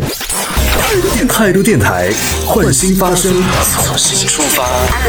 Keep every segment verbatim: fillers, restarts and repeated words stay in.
态度电台，换新发声，从新出发。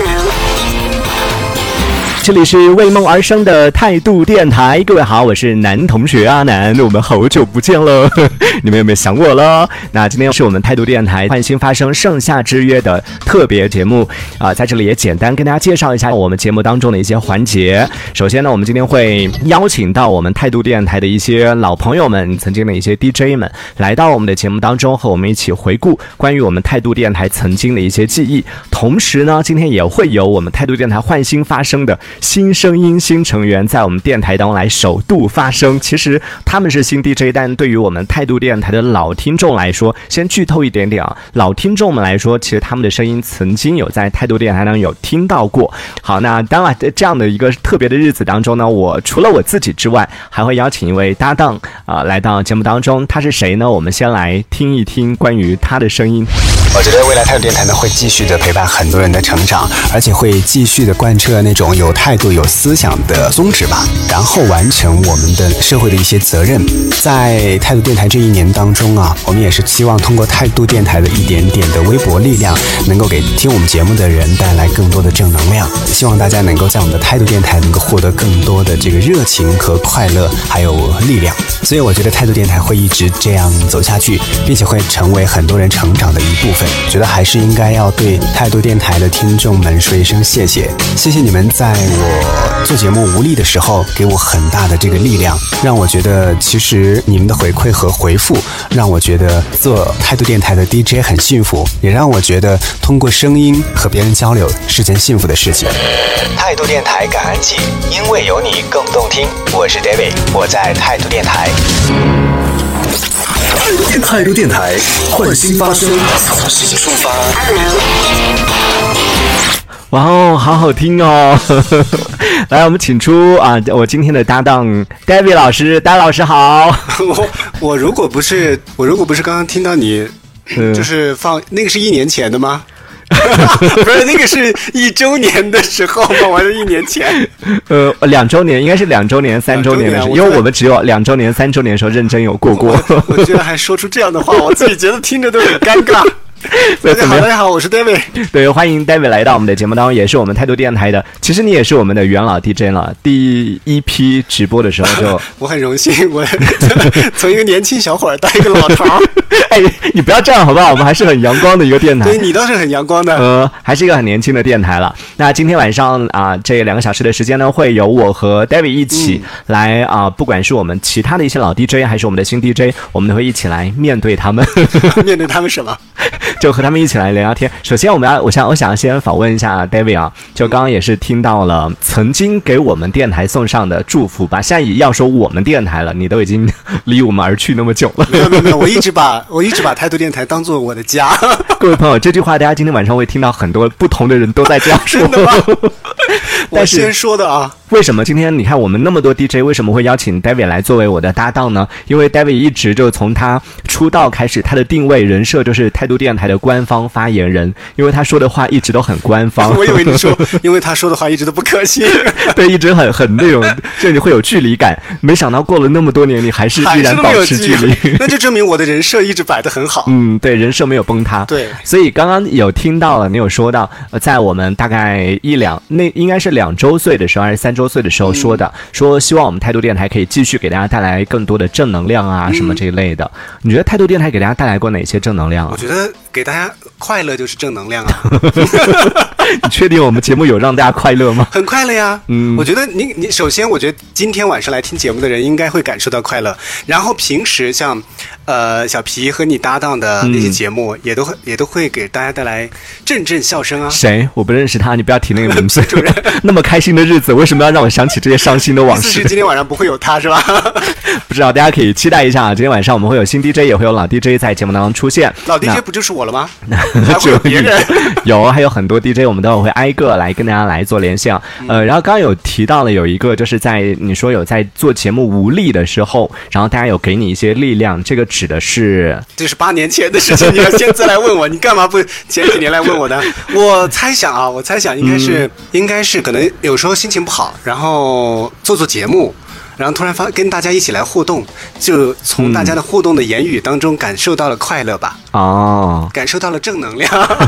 这里是为梦而生的态度电台，各位好，我是男同学阿南，我们好久不见了，你们有没有想我了？那今天是我们态度电台换新发生盛夏之约的特别节目啊、呃，在这里也简单跟大家介绍一下我们节目当中的一些环节。首先呢，我们今天会邀请到我们态度电台的一些老朋友们，曾经的一些 D J 们来到我们的节目当中，和我们一起回顾关于我们态度电台曾经的一些记忆。同时呢，今天也会有我们态度电台换新发生的新声音新成员在我们电台当中来首度发声。其实他们是新 D J， 但对于我们态度电台的老听众来说，先剧透一点点啊，老听众们来说，其实他们的声音曾经有在态度电台当中有听到过。好，那当然这样的一个特别的日子当中呢，我除了我自己之外，还会邀请一位搭档啊、呃、来到节目当中。他是谁呢？我们先来听一听关于他的声音。 我觉得未来态度电台呢会继续的陪伴很多人的成长，而且会继续的贯彻那种有态度有思想的宗旨吧，然后完成我们的社会的一些责任。在态度电台这一年当中啊，我们也是期望通过态度电台的一点点的微薄力量，能够给听我们节目的人带来更多的正能量。希望大家能够在我们的态度电台能够获得更多的这个热情和快乐还有力量。所以我觉得态度电台会一直这样走下去，并且会成为很多人成长的一部分。觉得还是应该要对态度电台的听众们说一声谢谢，谢谢你们在我做节目无力的时候给我很大的这个力量，让我觉得其实你们的回馈和回复让我觉得做态度电台的 D J 很幸福，也让我觉得通过声音和别人交流是件幸福的事情。态度电台感恩季，因为有你更动听。我是 David， 我在态度电台。 态度电台，换新发声，从新出发。 哇哦，好好听哦！来，我们请出啊，我今天的搭档 David 老师，戴老师好。 我我如果不是我如果不是刚刚听到你，嗯、就是放那个是一年前的吗？不是，那个是一周年的时候吗？我还是一年前。 呃，两周年，应该是两周年、三周年的时候，因为我们只有两周年、三周年的时候认真有过过。 我, 我居然还说出这样的话，我自己觉得听着都很尴尬。大家好，大家好，我是 David。 对，欢迎 David 来到我们的节目当中，也是我们态度电台的。其实你也是我们的元老 D J 了。第一批直播的时候就， 我很荣幸，我从一个年轻小伙儿到一个老头。 哎，你不要这样好不好？我们还是很阳光的一个电台。 对，你倒是很阳光的。 呃，还是一个很年轻的电台了。那今天晚上啊、呃，这两个小时的时间呢，会由我和 David 一起来啊、嗯呃，不管是我们其他的一些老 D J， 还是我们的新 D J， 我们都会一起来面对他们。 面对他们什么？ 就和他们一起来聊聊天。首先，我们要，我想，我想先访问一下 David 啊，就刚刚也是听到了曾经给我们电台送上的祝福吧。现在也要说我们电台了，你都已经离我们而去那么久了。 没有没有没有，我一直把我一直把态度电台当做我的家。 各位朋友，这句话大家今天晚上会听到很多不同的人都在这样说。 真的吗？我先说的啊。 为什么今天你看我们那么多 D J 为什么会邀请 David 来作为我的搭档呢？因为 David 一直就从他出道开始，他的定位人设就是态度电台的官方发言人，因为他说的话一直都很官方。 我以为你说因为他说的话一直都不可信。 对，一直很很那种甚至会有距离感，没想到过了那么多年你还是依然保持距离。 那就证明我的人设一直摆得很好。 嗯，对，人设没有崩塌。 对， 所以刚刚有听到了，你有说到在我们大概一两那应该是两周岁的时候还是三周岁的时候说的、嗯、说希望我们态度电台可以继续给大家带来更多的正能量啊、嗯、什么这一类的。你觉得态度电台给大家带来过哪些正能量啊？ 我觉得给大家快乐就是正能量啊。 你确定我们节目有让大家快乐吗？ 很快乐呀。嗯，我觉得你你首先我觉得今天晚上来听节目的人应该会感受到快乐，然后平时像呃小皮和你搭档的那些节目、嗯、也都也都会给大家带来阵阵笑声啊。 谁？我不认识他，你不要提那个名字。主任，那么开心的日子为什么要让我想起这些伤心的往事？ 意思是今天晚上不会有他是吧？ 不知道，大家可以期待一下啊！今天晚上我们会有新 D J 也会有老 D J 在节目当中出现。 老 D J 不就是我了吗？还会有别人？ 有，还有很多 D J 我们都会挨个来跟大家来做连线。呃，然后刚刚有提到了有一个就是在你说有在做节目无力的时候，然后大家有给你一些力量，这个指的是这是八年前的事情，你要现在来问我，你干嘛不前几年来问我呢？我猜想啊，我猜想应该是、嗯、应该是可能有时候心情不好，然后做做节目。 然后突然发跟大家一起来互动，就从大家的互动的言语当中感受到了快乐吧， 哦， 感受到了正能量。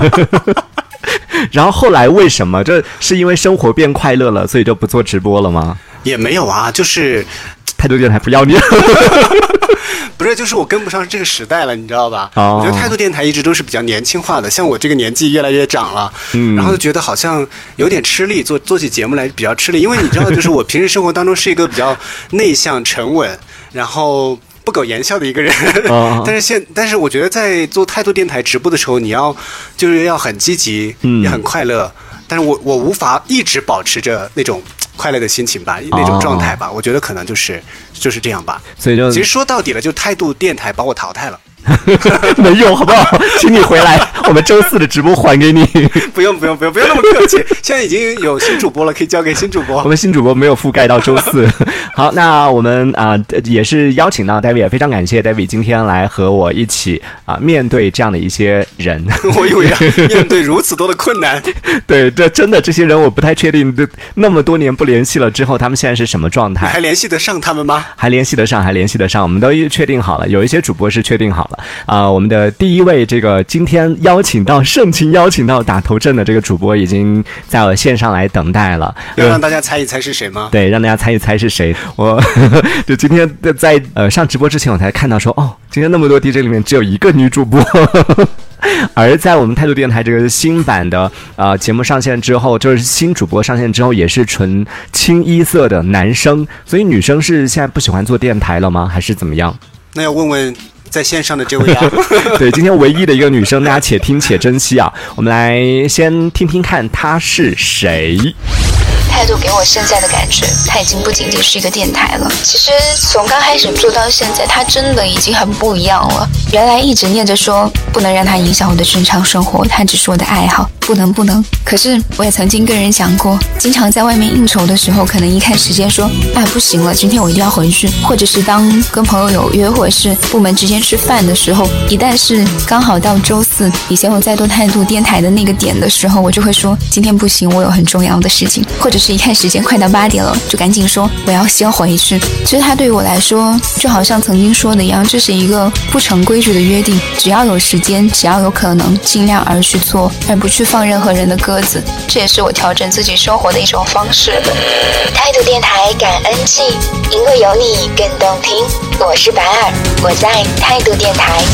然后后来为什么？这是因为生活变快乐了，所以就不做直播了吗？ 也没有啊，就是态度电台不要你。 不是，就是我跟不上这个时代了，你知道吧？ 哦、 我觉得态度电台一直都是比较年轻化的，像我这个年纪越来越长了，嗯，然后就觉得好像有点吃力，做做起节目来比较吃力，因为你知道，就是我平时生活当中是一个比较内向、沉稳，然后不苟言笑的一个人，哦、但是现，但是我觉得在做态度电台直播的时候，你要就是要很积极，嗯，也很快乐，但是我我无法一直保持着那种快乐的心情吧，那种状态吧，哦、我觉得可能就是就是这样吧。 所以就其实说到底了，就态度电台把我淘汰了。 没有，好不好？请你回来，我们周四的直播还给你。 不用不用不用不用那么客气，现在已经有新主播了，可以交给新主播。 我们新主播没有覆盖到周四。好，那我们啊、呃、也是邀请到 David， 也非常感谢 David 今天来和我一起啊、呃、面对这样的一些人。 我以为啊，面对如此多的困难。 对，这真的这些人我不太确定，那么多年不联系了之后，他们现在是什么状态？ 还联系得上他们吗？ 还联系得上，还联系得上，我们都确定好了。有一些主播是确定好了。啊、呃，我们的第一位这个今天邀请到盛情邀请到打头阵的这个主播已经在我线上来等待了， 要让大家猜一猜是谁吗？ 对，让大家猜一猜是谁。我就今天在呃上直播之前，我才看到说，哦，今天那么多 D J 里面只有一个女主播。而在我们态度电台这个新版的呃节目上线之后，就是新主播上线之后，也是纯清一色的男生，所以女生是现在不喜欢做电台了吗？还是怎么样？ 那要问问在线上的这位啊。 对，今天唯一的一个女生，大家且听且珍惜啊！我们来先听听看她是谁。 态度给我现在的感觉，它已经不仅仅是一个电台了。其实从刚开始做到现在，它真的已经很不一样了。原来一直念着说不能让它影响我的正常生活，它只是我的爱好，不能不能。可是我也曾经跟人讲过，经常在外面应酬的时候，可能一看时间说，哎不行了，今天我一定要回去。或者是当跟朋友有约，或者是部门之间吃饭的时候，一旦是刚好到周四，以前我在做态度电台的那个点的时候，我就会说今天不行，我有很重要的事情，或者是一看时间快到八点了，就赶紧说我要先回去。其实它对于我来说，就好像曾经说的一样，这是一个不成规矩的约定，只要有时间，只要有可能，尽量而去做，而不去放任何人的鸽子。这也是我调整自己生活的一种方式。 态度电台感恩季，因为有你更动听。我是白尔，我在态度电台。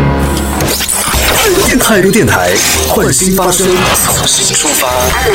态度电台，换新发声，从新出发。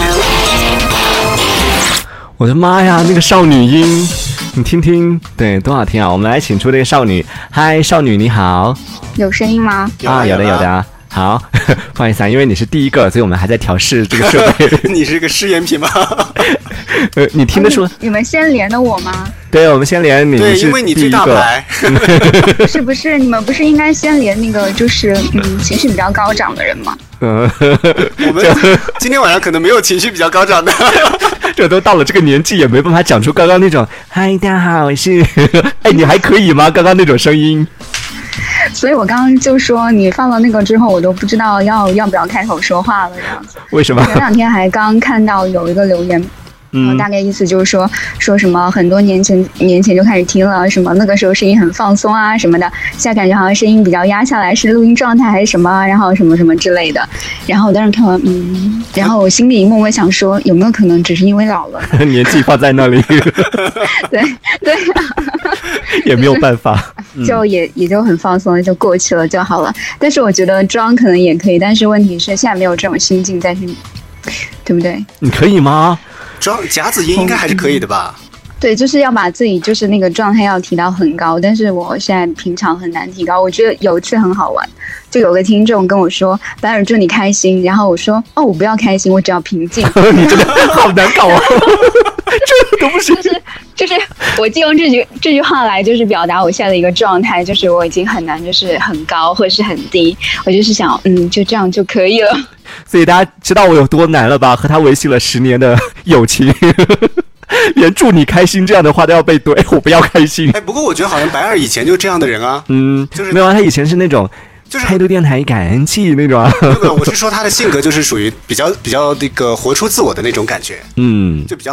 我的妈呀，那个少女音，你听听，对，多好听啊！我们来请出这个少女。嗨，少女你好。 有声音吗？ 啊，有的有的。好，不好意思啊，因为你是第一个，所以我们还在调试这个设备。 你是个试验品吗？ 呃，你听得出、 哦你？你们先连的我吗？ 对，我们先连你。 对，因为你最大牌。 不是不是，你们不是应该先连那个就是嗯情绪比较高涨的人吗？ 嗯， 我们今天晚上可能没有情绪比较高涨的。 这都到了这个年纪，也没办法讲出刚刚那种“嗨，大家好，我是”，哎，你还可以吗？刚刚那种声音。 所以我刚刚就说你放了那个之后，我都不知道要要不要开口说话了这样子。 为什么？ 前两天还刚看到有一个留言。嗯，大概意思就是说说什么很多年前年前就开始听了，什么那个时候声音很放松啊什么的，现在感觉好像声音比较压下来，是录音状态还是什么，然后什么什么之类的。然后我当时看完，嗯，然后我心里默默想说，有没有可能只是因为老了， 年纪放在那里？ 对对、啊， 也没有办法， 就是、就也也就很放松，就过去了就好了。但是我觉得装可能也可以，但是问题是现在没有这种心境再去，对不对？ 你可以吗？ 装夹子音应该还是可以的吧？ 对，就是要把自己就是那个状态要提到很高，但是我现在平常很难提高。我觉得有一次很好玩，就有个听众跟我说：“白尔祝你开心。”然后我说：“哦，我不要开心，我只要平静。” 你真的好难搞啊！这都不行。 就是就是我就用这句这句话来就是表达我现在的一个状态，就是我已经很难就是很高或者是很低，我就是想嗯就这样就可以了。 所以大家知道我有多难了吧？和他维系了十年的友情。连祝你开心这样的话都要被怼，我不要开心。 哎，不过我觉得好像白二以前就这样的人啊， 嗯， 就是没有啊，他以前是那种就是态度电台感恩季那种啊。 那个我是说他的性格就是属于比较比较那个活出自我的那种感觉，嗯，就比较好。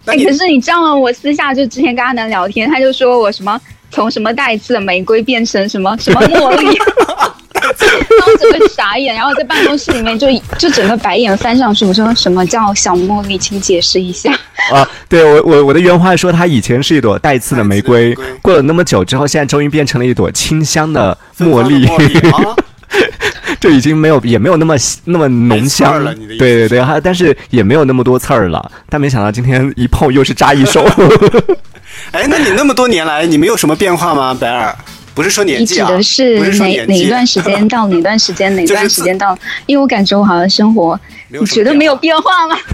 哎，可是你知道吗？我私下就之前跟阿南聊天，他就说我什么从什么带刺的玫瑰变成什么什么茉莉。然后整个傻眼，然后在办公室里面就就整个白眼翻上去。我说什么叫小茉莉，请解释一下。 啊，对我我我的原话说，它以前是一朵带刺的玫瑰，过了那么久之后，现在终于变成了一朵清香的茉莉。就已经没有也没有那么那么浓香了，对对对，但是也没有那么多刺儿了。但没想到今天一碰又是扎一手。 哎，那你那么多年来，你没有什么变化吗，白尔？不是说年纪啊， 你指的是哪哪一段时间到哪段时间哪段时间到？因为我感觉我好像生活，你觉得没有变化吗？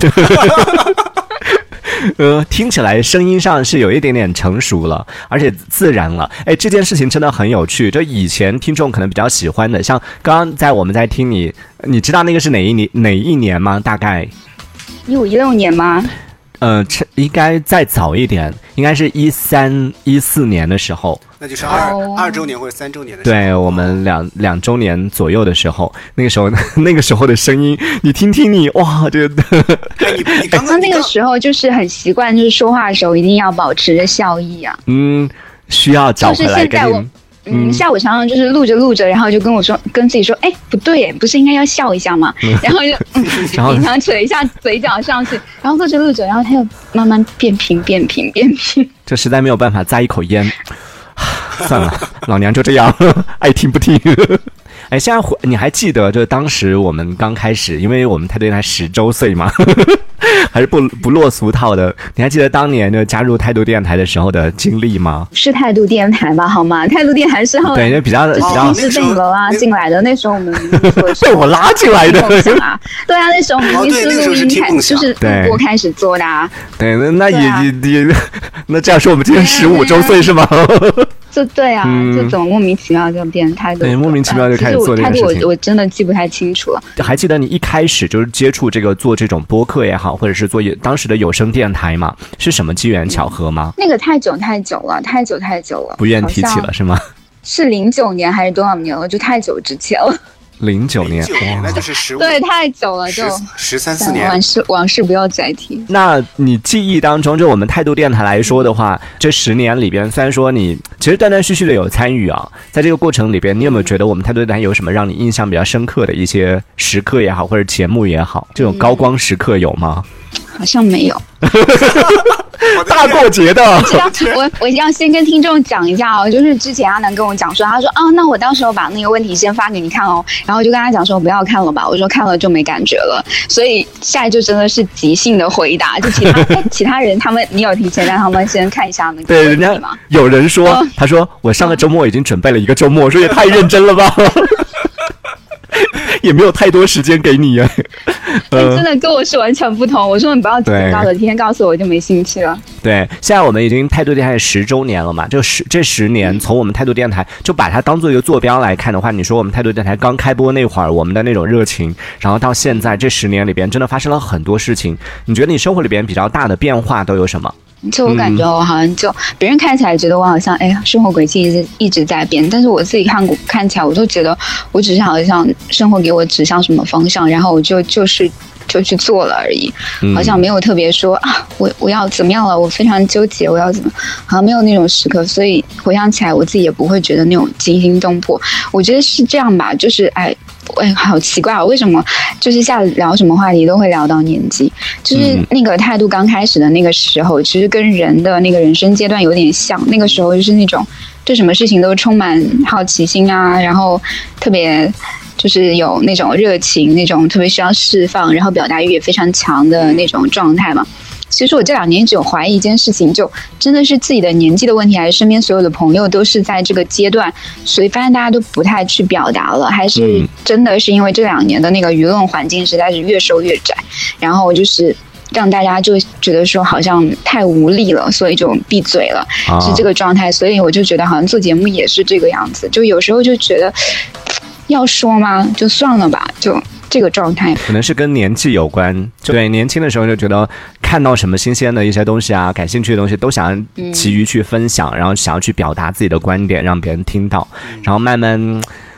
呃，听起来声音上是有一点点成熟了，而且自然了。哎，这件事情真的很有趣。就以前听众可能比较喜欢的，像刚刚在我们在听你，你知道那个是哪一年哪一年吗？大概一五一六年吗？ 呃，应该再早一点，应该是一三一四年的时候。 那就是二、oh. 二周年或者三周年的时候。 对，我们两两周年左右的时候，那个时候那个时候的声音，你听听你，哇，这个。 哎，你你刚刚那个时候就是很习惯，就是说话的时候一定要保持着笑意啊。 嗯，需要找回来跟你。 嗯，下午常常就是录着录着，然后就跟我说，跟自己说，哎，不对，不是应该要笑一下吗？嗯、然后就，嗯、然后平常扯一下嘴角上去，然后录着录着，然后他又慢慢变平，变平，变平。 这实在没有办法，咂一口烟，算了，老娘就这样，爱听不听。哎，现在你还记得，就当时我们刚开始，因为我们态度电台十周岁嘛，还是不不落俗套的。你还记得当年就加入态度电台的时候的经历吗？ 是态度电台吧，好吗？态度电台是后来对，比较比较是被你们拉进来的。那时候我们被我拉进来的， 啊，对啊，那时候我们已经是录音开，就是录播开始做的啊。 对，那那也也也，那这样说我们今天十五周岁是吗？ 就对啊，嗯、就怎么莫名其妙就变态度， 对，莫名其妙就开始做这件事情。 态度我我真的记不太清楚了。 还记得你一开始就是接触这个做这种播客也好，或者是做当时的有声电台嘛，是什么机缘巧合吗？ 那个太久太久了，太久太久了， 不愿提起了是吗？ 是零九年还是多少年了？就太久之前了。 零九年， 那就是十五， 对，太久了，就十三四年， 往事往事不要再提。 那你记忆当中，就我们态度电台来说的话，这十年里边，虽然说你其实断断续续的有参与啊，在这个过程里边，你有没有觉得我们态度电台有什么让你印象比较深刻的一些时刻也好，或者节目也好，这种高光时刻有吗？ 好像没有。 大过节的， 我我要先跟听众讲一下哦，就是之前阿南跟我讲说，他说啊，那我到时候把那个问题先发给你看哦，然后就跟他讲说不要看了吧，我说看了就没感觉了，所以下来就真的是即兴的回答，就其他哎其他人他们你有提前让他们先看一下那个对人家有人说、嗯、他说我上个周末已经准备了一个周末，我说也太认真了吧。也没有太多时间给你呀、 呃，真的跟我是完全不同。我说你不要提前告诉我，提前告诉我我就没兴趣了。 对，现在我们已经态度电台十周年了嘛，就十这十年，从我们态度电台就把它当做一个坐标来看的话，你说我们态度电台刚开播那会儿，我们的那种热情，然后到现在这十年里边，真的发生了很多事情。你觉得你生活里边比较大的变化都有什么？ 就我感觉我好像就、嗯、别人看起来觉得我好像哎生活轨迹一直一直在变，但是我自己看看起来我就觉得我只是好像生活给我指向什么方向，然后我就就是就去做了而已，好像没有特别说啊我我要怎么样了，我非常纠结我要怎么，好像没有那种时刻，所以回想起来我自己也不会觉得那种惊心动魄。我觉得是这样吧，就是哎。哎，好奇怪啊！为什么就是下聊什么话题都会聊到年纪？就是那个态度刚开始的那个时候，其实跟人的那个人生阶段有点像。那个时候就是那种对什么事情都充满好奇心啊，然后特别就是有那种热情，那种特别需要释放，然后表达欲也非常强的那种状态嘛。其实我这两年只有怀疑一件事情，就真的是自己的年纪的问题，还是身边所有的朋友都是在这个阶段，所以发现大家都不太去表达了，还是真的是因为这两年的那个舆论环境实在是越收越窄，然后就是让大家就觉得说好像太无力了，所以就闭嘴了，是这个状态。所以我就觉得好像做节目也是这个样子，就有时候就觉得要说吗？就算了吧，就。这个状态可能是跟年纪有关，对，年轻的时候就觉得看到什么新鲜的一些东西啊，感兴趣的东西都想要急于去分享、嗯、然后想要去表达自己的观点让别人听到，然后慢慢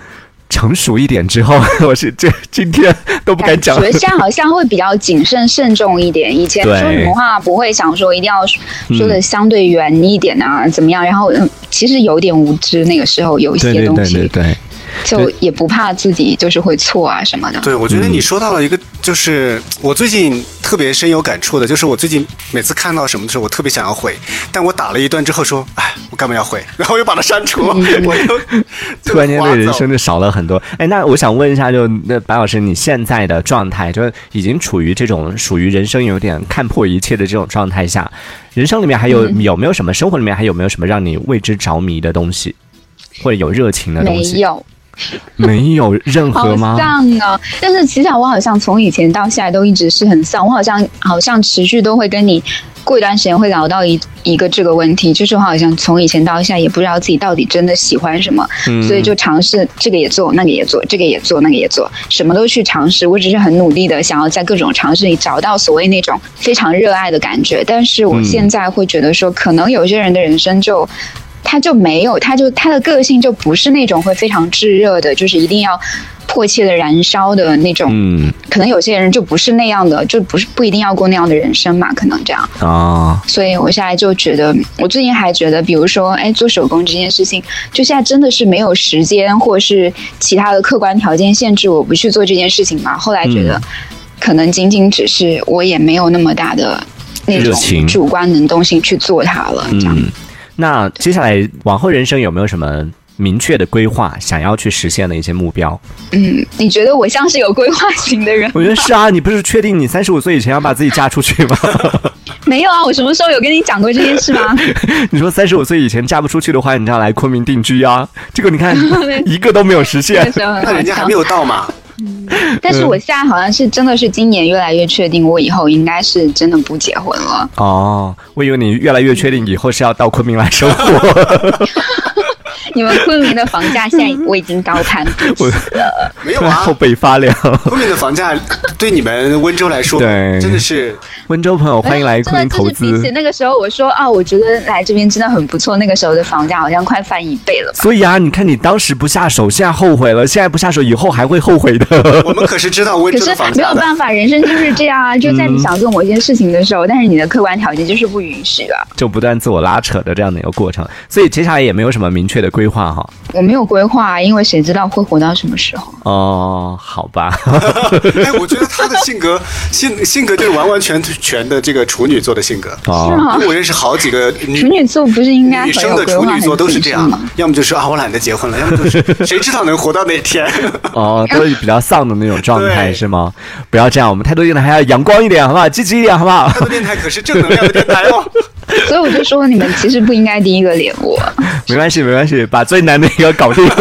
成熟一点之后，我是这今天都不敢讲。 感觉现在好像会比较谨慎慎重一点，以前说什么话不会想说一定要说的相对圆一点啊，嗯、怎么样？然后其实有点无知，那个时候有一些东西。 对对对对对。 就也不怕自己就是会错啊什么的。 对，我觉得你说到了一个，就是我最近特别深有感触的，就是我最近每次看到什么的时候，我特别想要回，但我打了一段之后说，哎，我干嘛要回？然后又把它删除，嗯、我就突然间对人生就少了很多。哎，那我想问一下，就那白老师，你现在的状态，就已经处于这种属于人生有点看破一切的这种状态下，人生里面还有、嗯、有没有什么生活里面还有没有什么让你为之着迷的东西，或者有热情的东西？ 没有。 没有任何吗？ 好丧啊！但是其实我好像从以前到现在都一直是很丧，我好像好像持续都会跟你过一段时间会聊到一一个这个问题，就是我好像从以前到现在也不知道自己到底真的喜欢什么，嗯、所以就尝试这个也做，那个也做，这个也做，那个也做，什么都去尝试。我只是很努力的想要在各种尝试里找到所谓那种非常热爱的感觉，但是我现在会觉得说，可能有些人的人生就。他就没有，他就他的个性就不是那种会非常炙热的，就是一定要迫切的燃烧的那种。嗯，可能有些人就不是那样的，就不是不一定要过那样的人生嘛，可能这样。哦。所以我现在就觉得，我最近还觉得，比如说，哎，做手工这件事情，就现在真的是没有时间，或是其他的客观条件限制我不去做这件事情嘛。后来觉得，嗯、可能仅仅只是我也没有那么大的那种主观能动性去做它了，这样。嗯， 那接下来往后人生有没有什么明确的规划，想要去实现的一些目标？ 嗯，你觉得我像是有规划型的人？ 我觉得是啊，你不是确定你三十五岁以前要把自己嫁出去吗？ 没有啊，我什么时候有跟你讲过这件事吗？ 你说三十五岁以前嫁不出去的话，你就要来昆明定居啊，结果你看一个都没有实现， 那人家还没有到嘛。 嗯，但是我现在好像是真的是今年越来越确定，我以后应该是真的不结婚了。 哦，我以为你越来越确定以后是要到昆明来生活。 你们昆明的房价现在我已经高攀不起了， 没有啊， 后背发凉。 昆明的房价对你们温州来说，对，真的是温州朋友欢迎来昆明投资。 比起那个时候我说啊，我觉得来这边真的很不错，那个时候的房价好像快翻一倍了吧。 所以啊，你看你当时不下手，现在后悔了，现在不下手，以后还会后悔的。 我们可是知道温州的房价的。可是没有办法，人生就是这样啊，就在你想做某件事情的时候，嗯、但是你的客观条件就是不允许啊， 就不断自我拉扯的这样的一个过程。所以接下来也没有什么明确的规划哈。 我没有规划，因为谁知道会活到什么时候？ 哦，好吧。 哎，我觉得他的性格性性格就是完完全全的这个处女座的性格。 哦， 是吗？ 因为我认识好几个处女座，不是应该女生的处女座都是这样，要么就是啊我懒得结婚了，要么就是谁知道能活到哪天。 哦，都是比较丧的那种状态是吗？不要这样，我们态度电台还要阳光一点，好不好？积极一点，好不好？ 态度电台可是正能量的电台哦。 所以我就说，你们其实不应该第一个连我。 没关系，没关系，把最难的一个搞定，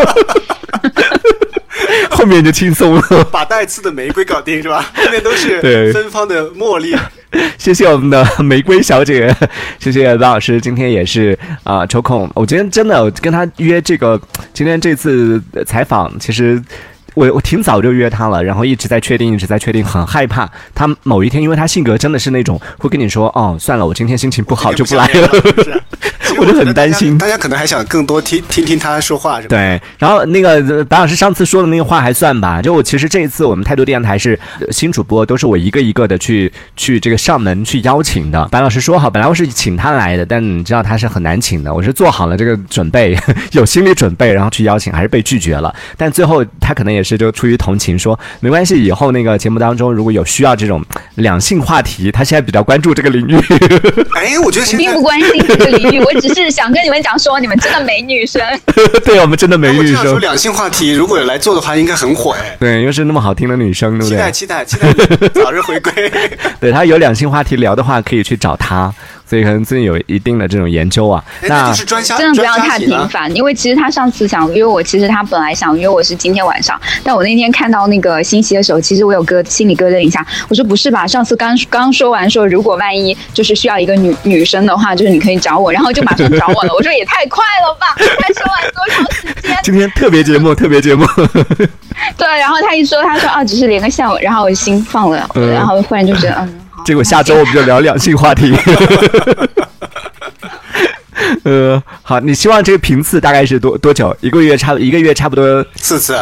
后面就轻松了。 把带刺的玫瑰搞定是吧？后面都是芬芳的茉莉。 谢谢我们的玫瑰小姐，谢谢白老师，今天也是啊、呃、抽空。我今天真的我跟他约这个，今天这次采访，其实。我我挺早就约他了，然后一直在确定，一直在确定，很害怕他某一天，因为他性格真的是那种会跟你说，哦，算了，我今天心情不好就不来了，我就很担心。 大家可能还想更多听听听他说话，是吧？ 对。然后那个白老师上次说的那个话还算吧，就我其实这一次我们态度电台是新主播，都是我一个一个的去去这个上门去邀请的。白老师说好，本来我是请他来的，但你知道他是很难请的，我是做好了这个准备，有心理准备，然后去邀请，还是被拒绝了。但最后他可能也是。是就出于同情说没关系，以后那个节目当中如果有需要这种两性话题，他现在比较关注这个领域。 哎，我觉得我并不关心这个领域，我只是想跟你们讲说，你们真的没女生。 对，我们真的没女生。 说两性话题如果来做的话，应该很火哎。 对，又是那么好听的女生，对不对？ 期待期待期待早日回归。 对，他有两性话题聊的话，可以去找他。所以可能最近有一定的这种研究啊， 那就是专家真的不要太频繁，因为其实他上次想约我，其实他本来想约我是今天晚上，但我那天看到那个信息的时候，其实我有咯心里咯噔一下，我说不是吧，上次刚刚说完说如果万一就是需要一个女女生的话，就是你可以找我，然后就马上找我了，我说也太快了吧，才说完多长时间？ 今天特别节目，特别节目。 对，然后他一说，他说啊，只是连个下午，然后我心放了，嗯、然后忽然就觉得嗯。 结果下周我们就聊两性话题。 呃，好，你希望这个频次大概是多多久？一个月差一个月差不多四次。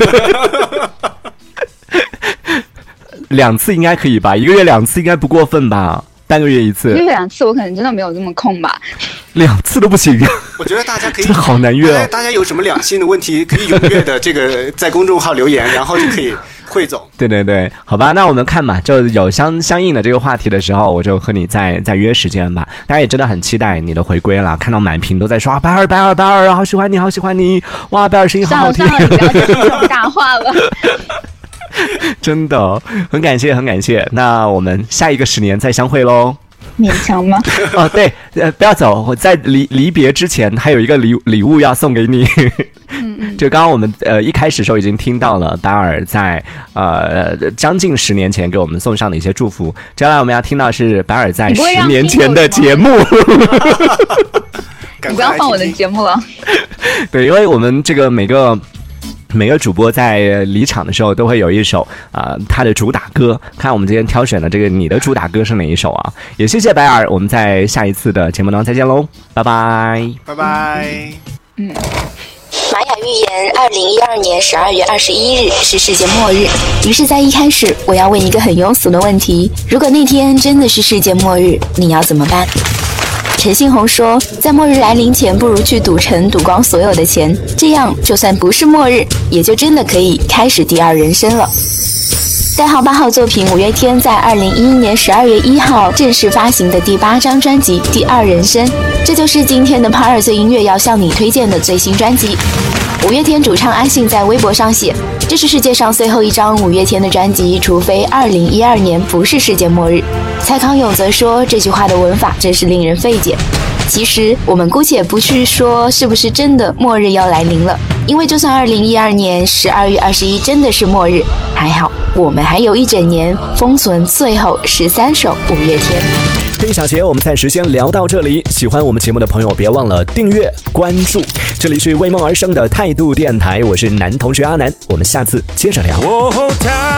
两次应该可以吧？一个月两次应该不过分吧？半个月一次， 一个月两次我可能真的没有这么空吧。 两次都不行。 我觉得大家可以， 真的好难约哦。 大家有什么两性的问题，可以踊跃的这个在公众号留言，然后就可以汇总。 对对对，好吧，那我们看嘛，就有相相应的这个话题的时候，我就和你再再约时间吧。大家也真的很期待你的回归了，看到满屏都在说啊，白尔白尔白尔，好喜欢你，好喜欢你，哇，白尔声音好好听。 算了算了，你不要再说这种大话了。 真的很感谢很感谢，那我们下一个十年再相会咯。 勉强吗？ 哦，对，呃，不要走，我在离离别之前还有一个礼礼物要送给你。嗯嗯，就刚刚我们呃一开始的时候已经听到了白尔在呃将近十年前给我们送上的一些祝福，接下来我们要听到是白尔在十年前的节目。 你不要放我的节目了。 对，因为我们这个每个。每个主播在离场的时候都会有一首啊、呃、他的主打歌，看我们今天挑选的这个你的主打歌是哪一首啊？也谢谢白尔，我们在下一次的节目当中再见喽，拜拜， 拜拜。 嗯，玛雅预言，二零一二年十二月二十一日是世界末日。于是，在一开始，我要问一个很庸俗的问题：如果那天真的是世界末日，你要怎么办？陈信宏说，在末日来临前，不如去赌城赌光所有的钱，这样就算不是末日，也就真的可以开始第二人生了。代号八号作品五月天在二零一一年十二月一号正式发行的第八张专辑《第二人生》，这就是今天的 Power 最音乐要向你推荐的最新专辑。五月天主唱阿信在微博上写，这是世界上最后一张五月天的专辑，除非二零一二年不是世界末日。蔡康永则说，这句话的文法真是令人费解。其实我们姑且不去说是不是真的末日要来临了，因为就算二零一二年十二月二十一真的是末日，还好我们还有一整年封存最后十三首五月天。 这一小节我们暂时先聊到这里，喜欢我们节目的朋友别忘了订阅关注，这里是为梦而生的态度电台，我是男同学阿南，我们下次接着聊。